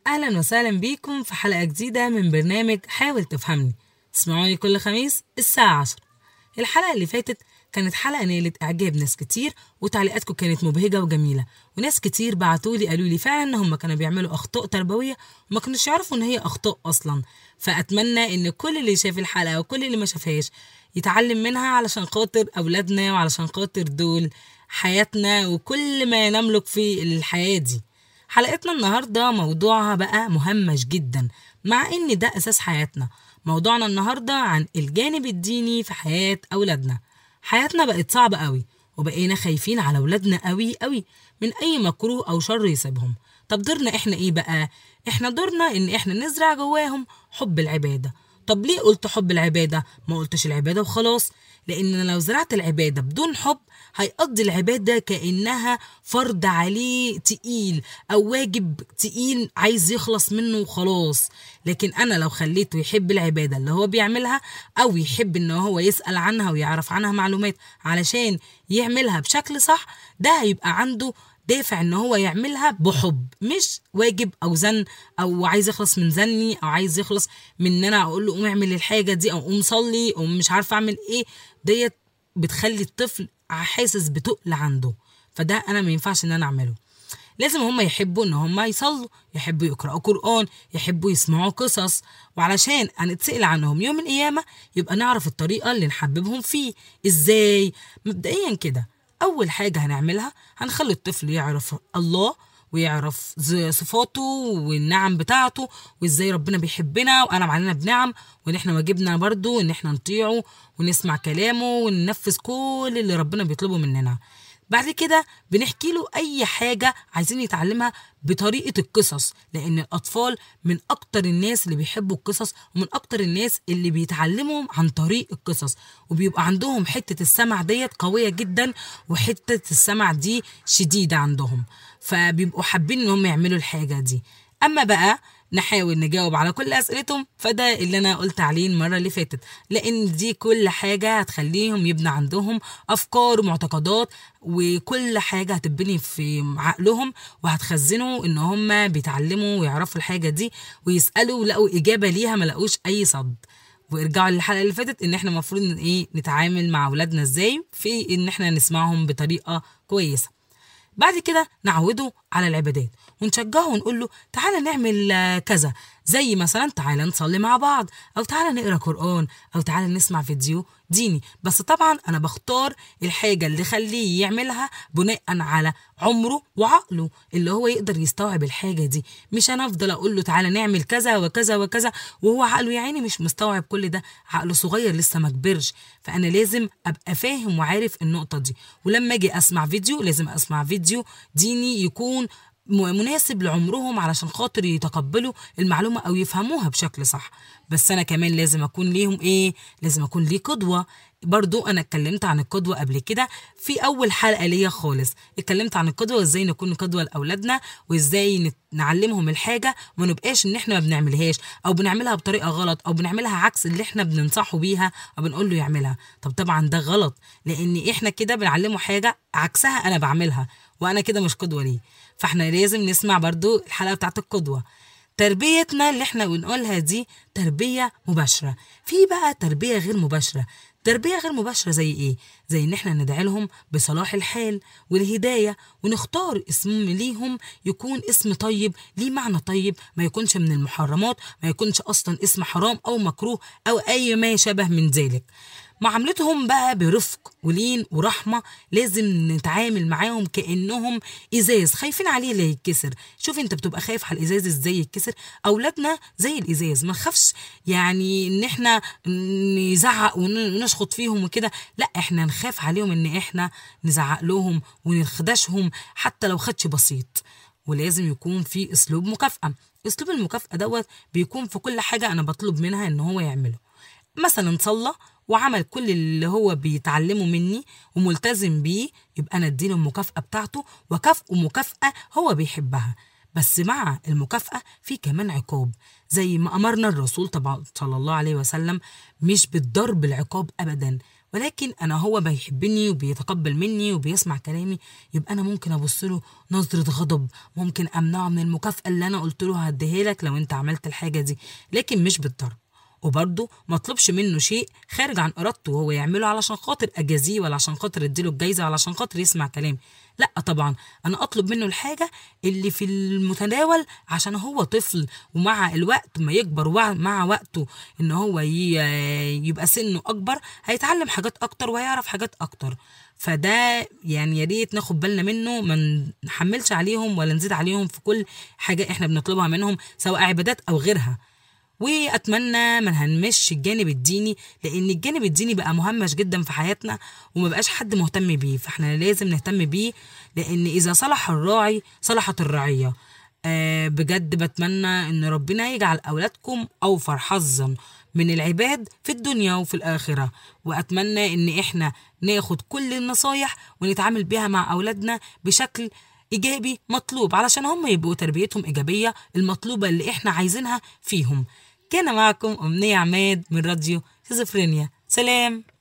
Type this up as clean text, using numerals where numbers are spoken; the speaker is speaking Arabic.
أهلا وسهلا بيكم في حلقة جديدة من برنامج حاول تفهمني. تسمعوني كل خميس الساعة 10. الحلقة اللي فاتت كانت حلقة نالت إعجاب ناس كتير، وتعليقاتكم كانت مبهجة وجميلة، وناس كتير بعتولي قالوا لي فعلا إن هم كانوا بيعملوا أخطاء تربوية وما كانوش يعرفوا إن هي أخطاء أصلا. فأتمنى إن كل اللي شاف الحلقة وكل اللي ما شافهاش يتعلم منها علشان خاطر أولادنا وعلشان خاطر دول حياتنا وكل ما نملك في الحياة دي. حلقتنا النهاردة موضوعها بقى مهمش جدا، مع ان ده اساس حياتنا. موضوعنا النهاردة عن الجانب الديني في حياة اولادنا. حياتنا بقت صعبة قوي، وبقينا خايفين على اولادنا قوي قوي من اي مكروه او شر يصيبهم. طب دورنا احنا ايه بقى؟ احنا دورنا ان احنا نزرع جواهم حب العبادة. طب ليه قلت حب العبادة؟ ما قلتش العبادة وخلاص، لان لو زرعت العبادة بدون حب هيقضي العبادة كأنها فرض عليه تقيل أو واجب تقيل عايز يخلص منه وخلاص. لكن أنا لو خليته يحب العبادة اللي هو بيعملها، أو يحب إنه هو يسأل عنها ويعرف عنها معلومات علشان يعملها بشكل صح، ده هيبقى عنده دافع ان هو يعملها بحب، مش واجب او زن، او عايز يخلص من زني، او عايز يخلص من ان انا اقول له قوم اعمل الحاجه دي او قوم صلي او مش عارفه اعمل ايه. ديت بتخلي الطفل حاسس بتقل عنده، فده انا ما ينفعش ان انا اعمله. لازم هم يحبوا ان هم يصلوا، يحبوا يقرأوا قرآن، يحبوا يسمعوا قصص، وعلشان هنتسأل عنهم يوم القيامة يبقى نعرف الطريقة اللي نحببهم فيه. ازاي؟ مبدئيا كده اول حاجة هنعملها هنخلي الطفل يعرف الله ويعرف صفاته والنعم بتاعته، وازاي ربنا بيحبنا وانعم علينا بنعم، وان احنا واجبنا برضو ان احنا نطيعه ونسمع كلامه وننفذ كل اللي ربنا بيطلبه مننا. بعد كده بنحكي له اي حاجة عايزين يتعلمها بطريقة القصص، لان الاطفال من اكتر الناس اللي بيحبوا القصص، ومن اكتر الناس اللي بيتعلموا عن طريق القصص، وبيبقى عندهم حتة السمع ديت قوية جدا، وحتة السمع دي شديدة عندهم، فبيبقوا حابين ان هم يعملوا الحاجة دي. اما بقى نحاول نجاوب على كل أسئلتهم، فده اللي أنا قلت عليه المرة اللي فاتت، لأن دي كل حاجة هتخليهم يبنى عندهم أفكار ومعتقدات، وكل حاجة هتبني في عقلهم، وهتخزنوا إن هم بيتعلموا ويعرفوا الحاجة دي ويسألوا ولقوا إجابة ليها ما لقوش أي صد. وارجعوا للحلقة اللي فاتت إن إحنا المفروض نتعامل مع أولادنا إزاي في إن إحنا نسمعهم بطريقة كويسة. بعد كده نعوده على العبادات ونشجعه ونقول له تعالى نعمل كذا، زي مثلا تعالى نصلي مع بعض، او تعالى نقرا قرآن، او تعالى نسمع فيديو ديني. بس طبعا انا بختار الحاجة اللي خليه يعملها بناء على عمره وعقله اللي هو يقدر يستوعب الحاجة دي. مش انا افضل اقول له تعالى نعمل كذا وكذا وكذا وهو عقله يا عيني مش مستوعب كل ده، عقله صغير لسه ما كبرش. فانا لازم ابقى فاهم وعارف النقطة دي، ولما اجي اسمع فيديو لازم اسمع فيديو ديني يكون مناسب لعمرهم علشان خاطر يتقبلوا المعلومة أو يفهموها بشكل صح. بس أنا كمان لازم أكون ليهم لازم أكون ليه قدوة. برضو أنا اتكلمت عن القدوة قبل كده في أول حلقة ليا خالص، اتكلمت عن القدوة وإزاي نكون قدوة لأولادنا، وإزاي نعلمهم الحاجة ما نبقاش إن إحنا ما بنعملهاش أو بنعملها بطريقة غلط أو بنعملها عكس اللي إحنا بننصحه بيها أو بنقول له يعملها. طبعا ده غلط، لأن إحنا كده بنعلمه حاجة عكسها أنا بعملها، وأنا كده مش قدوة ليه. فاحنا لازم نسمع برضو الحلقة بتاعت القدوة. تربيتنا اللي احنا بنقولها دي تربية مباشرة، في بقى تربية غير مباشرة. تربية غير مباشرة زي ايه؟ زي ان احنا ندعي لهم بصلاح الحال والهداية، ونختار اسم ليهم يكون اسم طيب ليه معنى طيب، ما يكونش من المحرمات، ما يكونش اصلا اسم حرام او مكروه او اي ما شابه من ذلك. معاملتهم بقى برفق ولين ورحمة، لازم نتعامل معاهم كأنهم إزاز خايفين عليه لا يتكسر. شوف انت بتبقى خايف على الإزاز ازاي يتكسر، أولادنا زي الإزاز ما نخافش يعني ان احنا نزعق ونشخط فيهم وكده، لا احنا نخاف عليهم ان احنا نزعق لهم ونخدشهم حتى لو خدش بسيط. ولازم يكون في أسلوب مكافأة. أسلوب المكافأة دوت بيكون في كل حاجة أنا بطلب منها إن هو يعمله. مثلا صلى وعمل كل اللي هو بيتعلمه مني وملتزم بيه، يبقى انا اديله المكافأة بتاعته وكافئه مكافأة هو بيحبها. بس مع المكافأة في كمان عقاب، زي ما أمرنا الرسول طبعا صلى الله عليه وسلم، مش بالضرب العقاب أبدا، ولكن انا هو بيحبني وبيتقبل مني وبيسمع كلامي، يبقى انا ممكن ابص له نظرة غضب، ممكن امنعه من المكافأة اللي انا قلت له هديها لك لو انت عملت الحاجة دي، لكن مش بالضرب. وبرضه ما اطلبش منه شيء خارج عن ارادته وهو يعمله علشان خاطر اجازيه ولا عشان خاطر اديله الجايزه ولا عشان خاطر يسمع كلامي. لا طبعا، انا اطلب منه الحاجه اللي في المتناول عشان هو طفل، ومع الوقت ما يكبر ومع وقته ان هو يبقى سنه اكبر هيتعلم حاجات اكتر وهيعرف حاجات اكتر. فده يعني يا ريت ناخد بالنا منه، ما نحملش عليهم ولا نزيد عليهم في كل حاجه احنا بنطلبها منهم سواء عبادات او غيرها. واتمنى ما نهمش الجانب الديني، لان الجانب الديني بقى مهمش جدا في حياتنا وما بقاش حد مهتم بيه، فاحنا لازم نهتم بيه، لان اذا صلح الراعي صلحت الرعيه. بجد بتمنى ان ربنا يجعل اولادكم اوفر حظا من العباد في الدنيا وفي الاخره، واتمنى ان احنا ناخد كل النصايح ونتعامل بيها مع اولادنا بشكل ايجابي مطلوب، علشان هم يبقوا تربيتهم ايجابيه المطلوبه اللي احنا عايزينها فيهم. كان معكم أمنية عماد من راديو شيزوفرينيا. سلام.